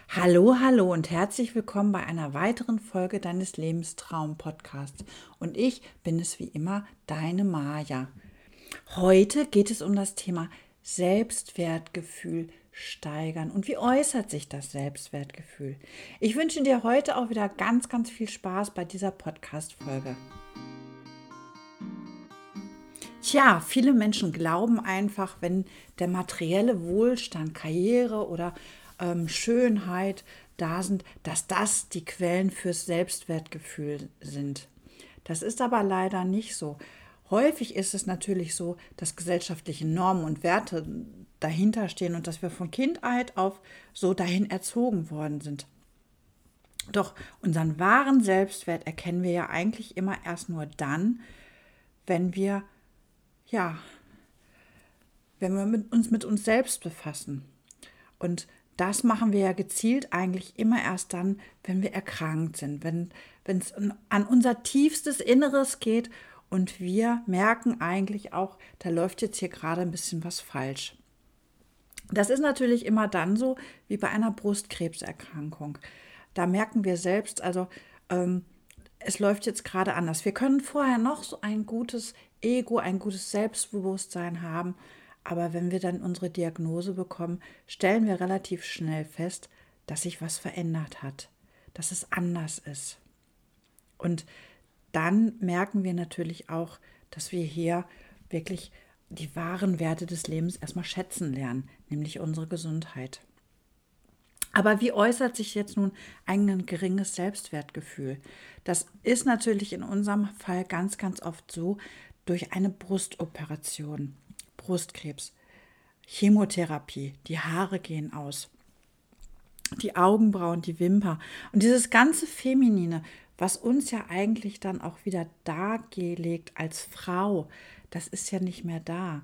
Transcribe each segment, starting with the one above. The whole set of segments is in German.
Hallo, hallo und herzlich willkommen bei einer weiteren Folge deines Lebenstraum-Podcasts. Und ich bin es wie immer, deine Maja. Heute geht es um das Thema Selbstwertgefühl steigern. Und wie äußert sich das Selbstwertgefühl? Ich wünsche dir heute auch wieder ganz, ganz viel Spaß bei dieser Podcast-Folge. Tja, viele Menschen glauben einfach, wenn der materielle Wohlstand, Karriere oder Schönheit da sind, dass das die Quellen fürs Selbstwertgefühl sind. Das ist aber leider nicht so. Häufig ist es natürlich so, dass gesellschaftliche Normen und Werte dahinter stehen und dass wir von Kindheit auf so dahin erzogen worden sind. Doch unseren wahren Selbstwert erkennen wir ja eigentlich immer erst nur dann, wenn wir ja, wenn wir uns mit uns selbst befassen. Und das machen wir ja gezielt eigentlich immer erst dann, wenn wir erkrankt sind, wenn es an unser tiefstes Inneres geht und wir merken eigentlich auch, da läuft jetzt hier gerade ein bisschen was falsch. Das ist natürlich immer dann so wie bei einer Brustkrebserkrankung. Da merken wir selbst, also es läuft jetzt gerade anders. Wir können vorher noch so ein gutes Ego, ein gutes Selbstbewusstsein haben, aber wenn wir dann unsere Diagnose bekommen, stellen wir relativ schnell fest, dass sich was verändert hat, dass es anders ist. Und dann merken wir natürlich auch, dass wir hier wirklich die wahren Werte des Lebens erstmal schätzen lernen, nämlich unsere Gesundheit. Aber wie äußert sich jetzt nun ein geringes Selbstwertgefühl? Das ist natürlich in unserem Fall ganz, ganz oft so durch eine Brustoperation, Brustkrebs, Chemotherapie, die Haare gehen aus, die Augenbrauen, die Wimper und dieses ganze Feminine, was uns ja eigentlich dann auch wieder dargelegt als Frau, das ist ja nicht mehr da.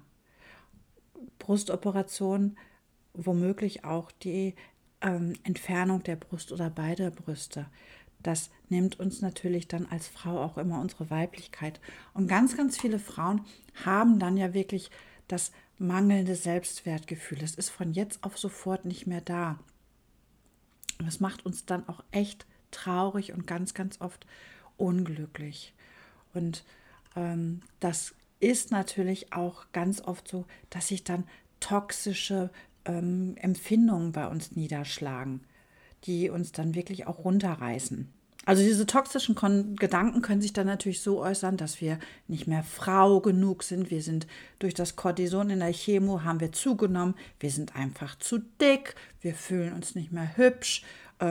Brustoperation, womöglich auch die Entfernung der Brust oder beider Brüste. Das nimmt uns natürlich dann als Frau auch immer unsere Weiblichkeit. Und ganz, ganz viele Frauen haben dann ja wirklich das mangelnde Selbstwertgefühl. Es ist von jetzt auf sofort nicht mehr da. Und das macht uns dann auch echt traurig und ganz, ganz oft unglücklich. Und das ist natürlich auch ganz oft so, dass sich dann toxische Empfindungen bei uns niederschlagen, die uns dann wirklich auch runterreißen. Also diese toxischen Gedanken können sich dann natürlich so äußern, dass wir nicht mehr Frau genug sind. Wir sind durch das Cortison in der Chemo haben wir zugenommen. Wir sind einfach zu dick. Wir fühlen uns nicht mehr hübsch.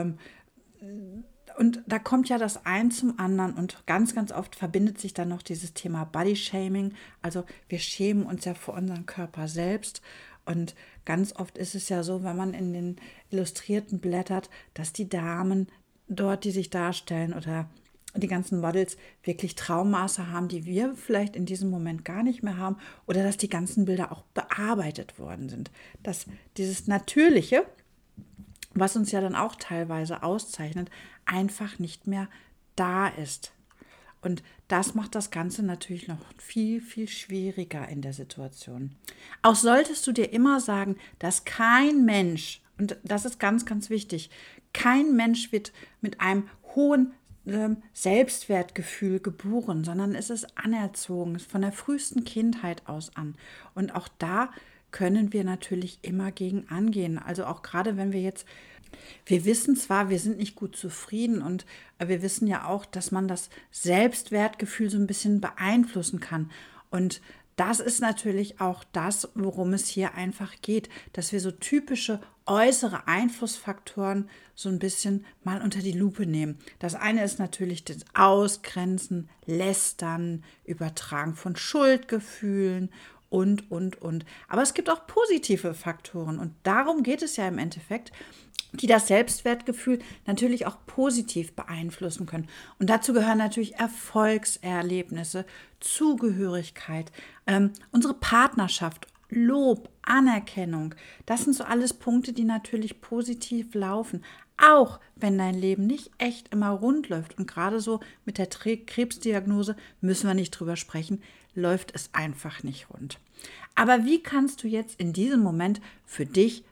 Und da kommt ja das ein zum anderen und ganz, ganz oft verbindet sich dann noch dieses Thema Bodyshaming. Also wir schämen uns ja vor unserem Körper selbst. Und ganz oft ist es ja so, wenn man in den Illustrierten blättert, dass die Damen dort, die sich darstellen oder die ganzen Models wirklich Traummaße haben, die wir vielleicht in diesem Moment gar nicht mehr haben oder dass die ganzen Bilder auch bearbeitet worden sind. Dass dieses Natürliche, was uns ja dann auch teilweise auszeichnet, einfach nicht mehr da ist. Und das macht das Ganze natürlich noch viel, viel schwieriger in der Situation. Auch solltest du dir immer sagen, dass kein Mensch, und das ist ganz, ganz wichtig, kein Mensch wird mit einem hohen Selbstwertgefühl geboren, sondern es ist anerzogen, von der frühesten Kindheit aus an. Und auch da können wir natürlich immer gegen angehen. Also auch gerade wenn wir wissen zwar, wir sind nicht gut zufrieden und wir wissen ja auch, dass man das Selbstwertgefühl so ein bisschen beeinflussen kann. Und das ist natürlich auch das, worum es hier einfach geht, dass wir so typische äußere Einflussfaktoren so ein bisschen mal unter die Lupe nehmen. Das eine ist natürlich das Ausgrenzen, Lästern, Übertragen von Schuldgefühlen und. Aber es gibt auch positive Faktoren und darum geht es ja im Endeffekt, die das Selbstwertgefühl natürlich auch positiv beeinflussen können. Und dazu gehören natürlich Erfolgserlebnisse, Zugehörigkeit, unsere Partnerschaft, Lob, Anerkennung. Das sind so alles Punkte, die natürlich positiv laufen. Auch wenn dein Leben nicht echt immer rund läuft. Und gerade so mit der Krebsdiagnose müssen wir nicht drüber sprechen, läuft es einfach nicht rund. Aber wie kannst du jetzt in diesem Moment für dich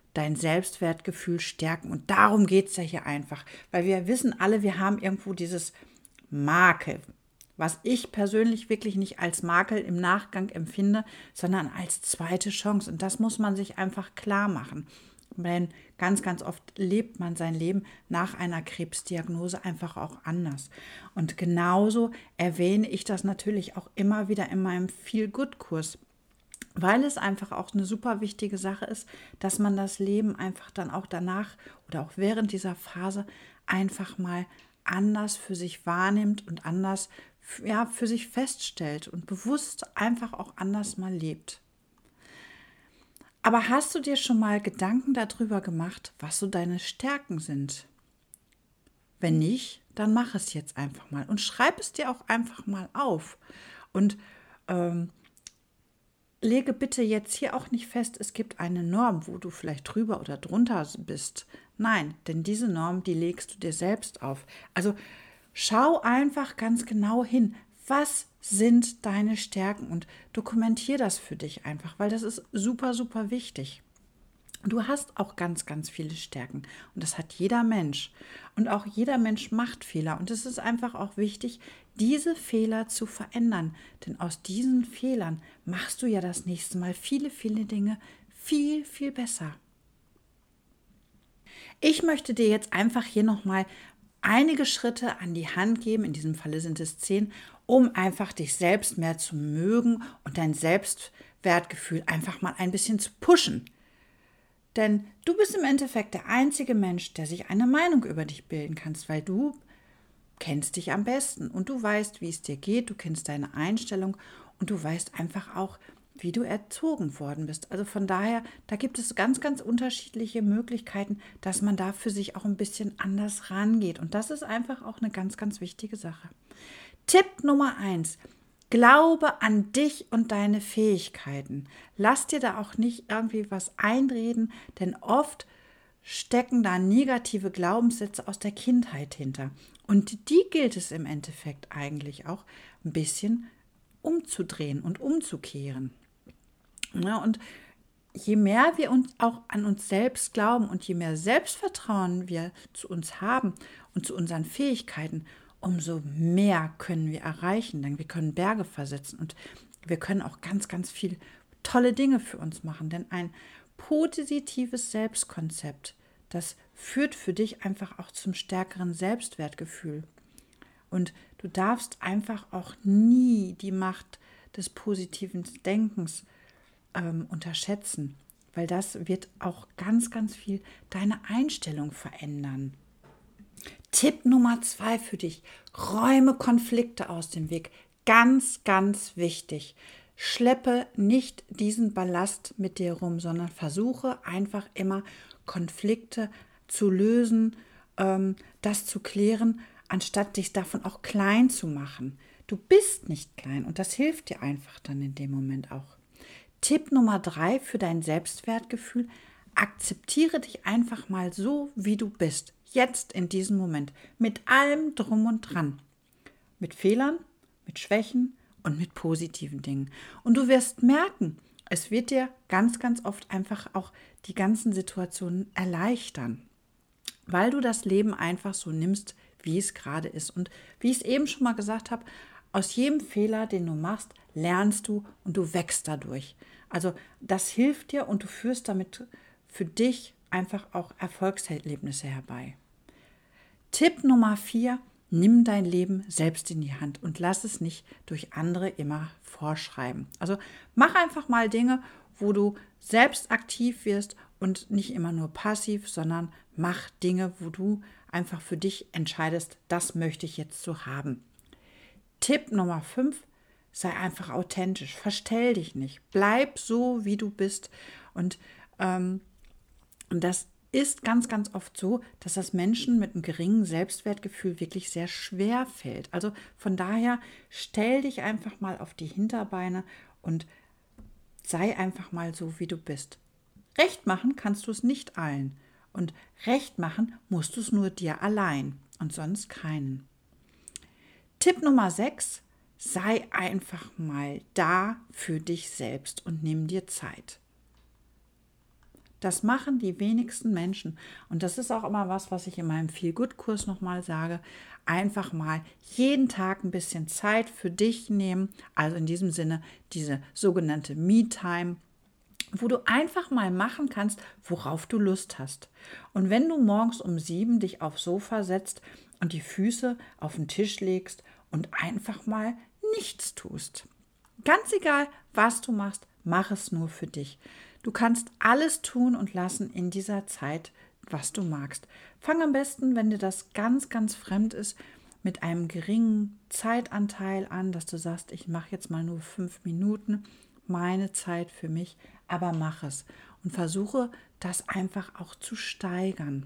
dein Selbstwertgefühl stärken. Und darum geht es ja hier einfach, weil wir wissen alle, wir haben irgendwo dieses Makel, was ich persönlich wirklich nicht als Makel im Nachgang empfinde, sondern als zweite Chance. Und das muss man sich einfach klar machen. Denn ganz, ganz oft lebt man sein Leben nach einer Krebsdiagnose einfach auch anders. Und genauso erwähne ich das natürlich auch immer wieder in meinem Feel-Good-Kurs, weil es einfach auch eine super wichtige Sache ist, dass man das Leben einfach dann auch danach oder auch während dieser Phase einfach mal anders für sich wahrnimmt und anders für sich feststellt und bewusst einfach auch anders mal lebt. Aber hast du dir schon mal Gedanken darüber gemacht, was so deine Stärken sind? Wenn nicht, dann mach es jetzt einfach mal und schreib es dir auch einfach mal auf. Und lege bitte jetzt hier auch nicht fest, es gibt eine Norm, wo du vielleicht drüber oder drunter bist. Nein, denn diese Norm, die legst du dir selbst auf. Also schau einfach ganz genau hin, was sind deine Stärken und dokumentier das für dich einfach, weil das ist super, super wichtig. Du hast auch ganz, ganz viele Stärken und das hat jeder Mensch. Und auch jeder Mensch macht Fehler und es ist einfach auch wichtig, diese Fehler zu verändern. Denn aus diesen Fehlern machst du ja das nächste Mal viele, viele Dinge viel, viel besser. Ich möchte dir jetzt einfach hier nochmal einige Schritte an die Hand geben, in diesem Falle sind es 10, um einfach dich selbst mehr zu mögen und dein Selbstwertgefühl einfach mal ein bisschen zu pushen. Denn du bist im Endeffekt der einzige Mensch, der sich eine Meinung über dich bilden kannst, weil du kennst dich am besten und du weißt, wie es dir geht, du kennst deine Einstellung und du weißt einfach auch, wie du erzogen worden bist. Also von daher, da gibt es ganz, ganz unterschiedliche Möglichkeiten, dass man da für sich auch ein bisschen anders rangeht. Und das ist einfach auch eine ganz, ganz wichtige Sache. Tipp Nummer 1. Glaube an dich und deine Fähigkeiten. Lass dir da auch nicht irgendwie was einreden, denn oft stecken da negative Glaubenssätze aus der Kindheit hinter. Und die gilt es im Endeffekt eigentlich auch ein bisschen umzudrehen und umzukehren. Ja, und je mehr wir uns auch an uns selbst glauben und je mehr Selbstvertrauen wir zu uns haben und zu unseren Fähigkeiten, umso mehr können wir erreichen, denn wir können Berge versetzen und wir können auch ganz, ganz viel tolle Dinge für uns machen, denn ein positives Selbstkonzept, das führt für dich einfach auch zum stärkeren Selbstwertgefühl. Und du darfst einfach auch nie die Macht des positiven Denkens unterschätzen, weil das wird auch ganz, ganz viel deine Einstellung verändern. Tipp Nummer 2 für dich: Räume Konflikte aus dem Weg. Ganz, ganz wichtig. Schleppe nicht diesen Ballast mit dir rum, sondern versuche einfach immer Konflikte zu lösen, das zu klären, anstatt dich davon auch klein zu machen. Du bist nicht klein und das hilft dir einfach dann in dem Moment auch. Tipp Nummer 3 für dein Selbstwertgefühl: Akzeptiere dich einfach mal so, wie du bist. Jetzt in diesem Moment. Mit allem drum und dran. Mit Fehlern, mit Schwächen und mit positiven Dingen. Und du wirst merken, es wird dir ganz, ganz oft einfach auch die ganzen Situationen erleichtern. Weil du das Leben einfach so nimmst, wie es gerade ist. Und wie ich es eben schon mal gesagt habe, aus jedem Fehler, den du machst, lernst du und du wächst dadurch. Also das hilft dir und du führst damit für dich einfach auch Erfolgserlebnisse herbei. Tipp Nummer 4: Nimm dein Leben selbst in die Hand und lass es nicht durch andere immer vorschreiben. Also mach einfach mal Dinge, wo du selbst aktiv wirst und nicht immer nur passiv, sondern mach Dinge, wo du einfach für dich entscheidest, das möchte ich jetzt so haben. Tipp Nummer 5: Sei einfach authentisch, verstell dich nicht, bleib so, wie du bist. Und das ist ganz, ganz oft so, dass das Menschen mit einem geringen Selbstwertgefühl wirklich sehr schwer fällt. Also von daher, stell dich einfach mal auf die Hinterbeine und sei einfach mal so, wie du bist. Recht machen kannst du es nicht allen. Und recht machen musst du es nur dir allein und sonst keinen. Tipp Nummer 6: Sei einfach mal da für dich selbst und nimm dir Zeit. Das machen die wenigsten Menschen. Und das ist auch immer was ich in meinem Feel-Good-Kurs nochmal sage. Einfach mal jeden Tag ein bisschen Zeit für dich nehmen. Also in diesem Sinne diese sogenannte Me-Time, wo du einfach mal machen kannst, worauf du Lust hast. Und wenn du morgens um 7 dich aufs Sofa setzt und die Füße auf den Tisch legst und einfach mal nichts tust. Ganz egal, was du machst, mach es nur für dich. Du kannst alles tun und lassen in dieser Zeit, was du magst. Fang am besten, wenn dir das ganz, ganz fremd ist, mit einem geringen Zeitanteil an, dass du sagst, ich mache jetzt mal nur 5 Minuten, meine Zeit für mich, aber mach es und versuche das einfach auch zu steigern.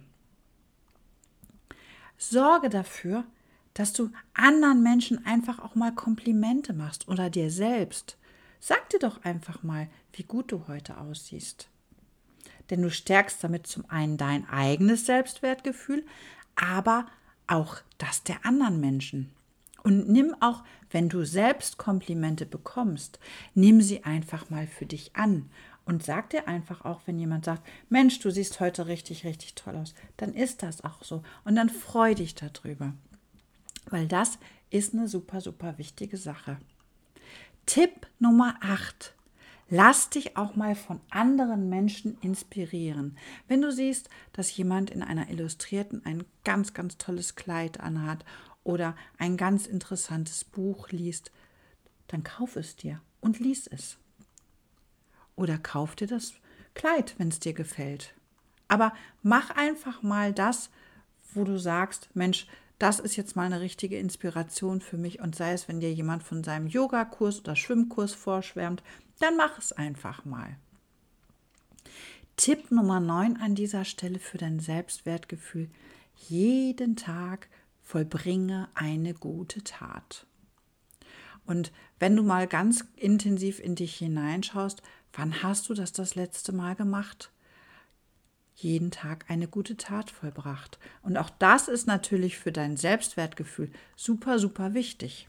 Sorge dafür, dass du anderen Menschen einfach auch mal Komplimente machst oder dir selbst. Sag dir doch einfach mal, wie gut du heute aussiehst. Denn du stärkst damit zum einen dein eigenes Selbstwertgefühl, aber auch das der anderen Menschen. Und nimm auch, wenn du selbst Komplimente bekommst, nimm sie einfach mal für dich an. Und sag dir einfach auch, wenn jemand sagt, Mensch, du siehst heute richtig, richtig toll aus, dann ist das auch so. Und dann freu dich darüber. Weil das ist eine super, super wichtige Sache. Tipp Nummer 8. Lass dich auch mal von anderen Menschen inspirieren. Wenn du siehst, dass jemand in einer Illustrierten ein ganz, ganz tolles Kleid anhat oder ein ganz interessantes Buch liest, dann kauf es dir und lies es. Oder kauf dir das Kleid, wenn es dir gefällt. Aber mach einfach mal das, wo du sagst, Mensch, das ist jetzt mal eine richtige Inspiration für mich. Und sei es, wenn dir jemand von seinem Yogakurs oder Schwimmkurs vorschwärmt, dann mach es einfach mal. Tipp Nummer 9 an dieser Stelle für dein Selbstwertgefühl. Jeden Tag vollbringe eine gute Tat. Und wenn du mal ganz intensiv in dich hineinschaust, wann hast du das letzte Mal gemacht? Jeden Tag eine gute Tat vollbracht. Und auch das ist natürlich für dein Selbstwertgefühl super, super wichtig.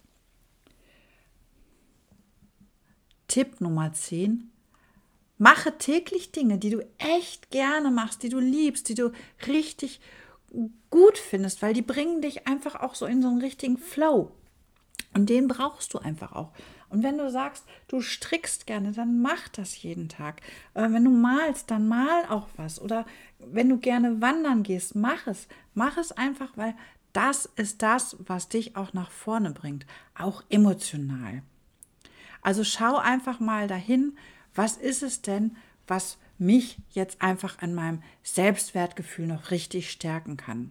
Tipp Nummer 10. Mache täglich Dinge, die du echt gerne machst, die du liebst, die du richtig gut findest, weil die bringen dich einfach auch so in so einen richtigen Flow. Und den brauchst du einfach auch. Und wenn du sagst, du strickst gerne, dann mach das jeden Tag. Wenn du malst, dann mal auch was. Oder wenn du gerne wandern gehst, mach es. Mach es einfach, weil das ist das, was dich auch nach vorne bringt. Auch emotional. Also schau einfach mal dahin, was ist es denn, was mich jetzt einfach an meinem Selbstwertgefühl noch richtig stärken kann.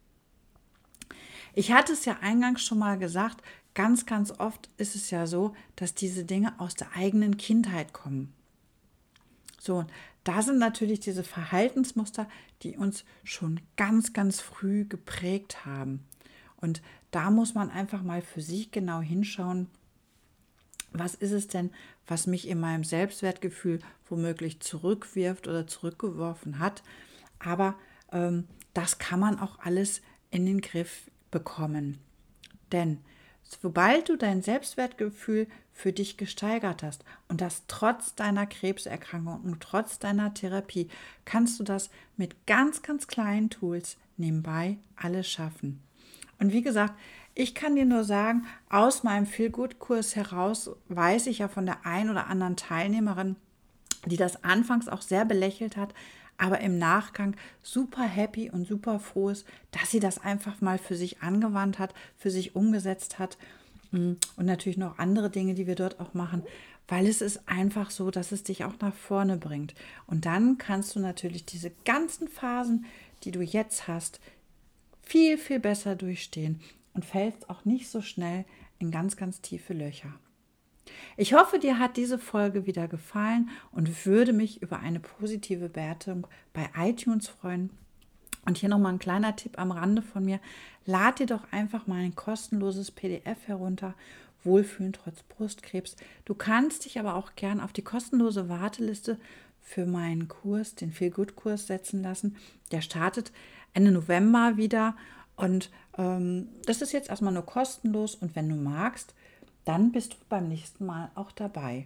Ich hatte es ja eingangs schon mal gesagt, ganz, ganz oft ist es ja so, dass diese Dinge aus der eigenen Kindheit kommen. So, und da sind natürlich diese Verhaltensmuster, die uns schon ganz, ganz früh geprägt haben. Und da muss man einfach mal für sich genau hinschauen, was ist es denn, was mich in meinem Selbstwertgefühl womöglich zurückwirft oder zurückgeworfen hat. Aber das kann man auch alles in den Griff bekommen. Denn sobald du dein Selbstwertgefühl für dich gesteigert hast und das trotz deiner Krebserkrankung und trotz deiner Therapie, kannst du das mit ganz, ganz kleinen Tools nebenbei alles schaffen. Und wie gesagt, ich kann dir nur sagen, aus meinem Feel-Good-Kurs heraus weiß ich ja von der einen oder anderen Teilnehmerin, die das anfangs auch sehr belächelt hat, aber im Nachgang super happy und super froh ist, dass sie das einfach mal für sich angewandt hat, für sich umgesetzt hat und natürlich noch andere Dinge, die wir dort auch machen, weil es ist einfach so, dass es dich auch nach vorne bringt. Und dann kannst du natürlich diese ganzen Phasen, die du jetzt hast, viel, viel besser durchstehen und fällst auch nicht so schnell in ganz, ganz tiefe Löcher. Ich hoffe, dir hat diese Folge wieder gefallen und würde mich über eine positive Bewertung bei iTunes freuen. Und hier nochmal ein kleiner Tipp am Rande von mir. Lad dir doch einfach mal ein kostenloses PDF herunter, Wohlfühlen trotz Brustkrebs. Du kannst dich aber auch gern auf die kostenlose Warteliste für meinen Kurs, den Feel-Good-Kurs, setzen lassen. Der startet Ende November wieder und das ist jetzt erstmal nur kostenlos und wenn du magst, dann bist du beim nächsten Mal auch dabei.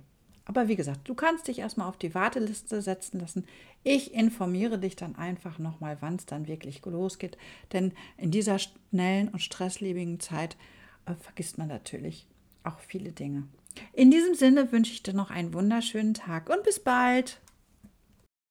Aber wie gesagt, du kannst dich erstmal auf die Warteliste setzen lassen. Ich informiere dich dann einfach nochmal, wann es dann wirklich losgeht. Denn in dieser schnellen und stresslebigen Zeit vergisst man natürlich auch viele Dinge. In diesem Sinne wünsche ich dir noch einen wunderschönen Tag und bis bald.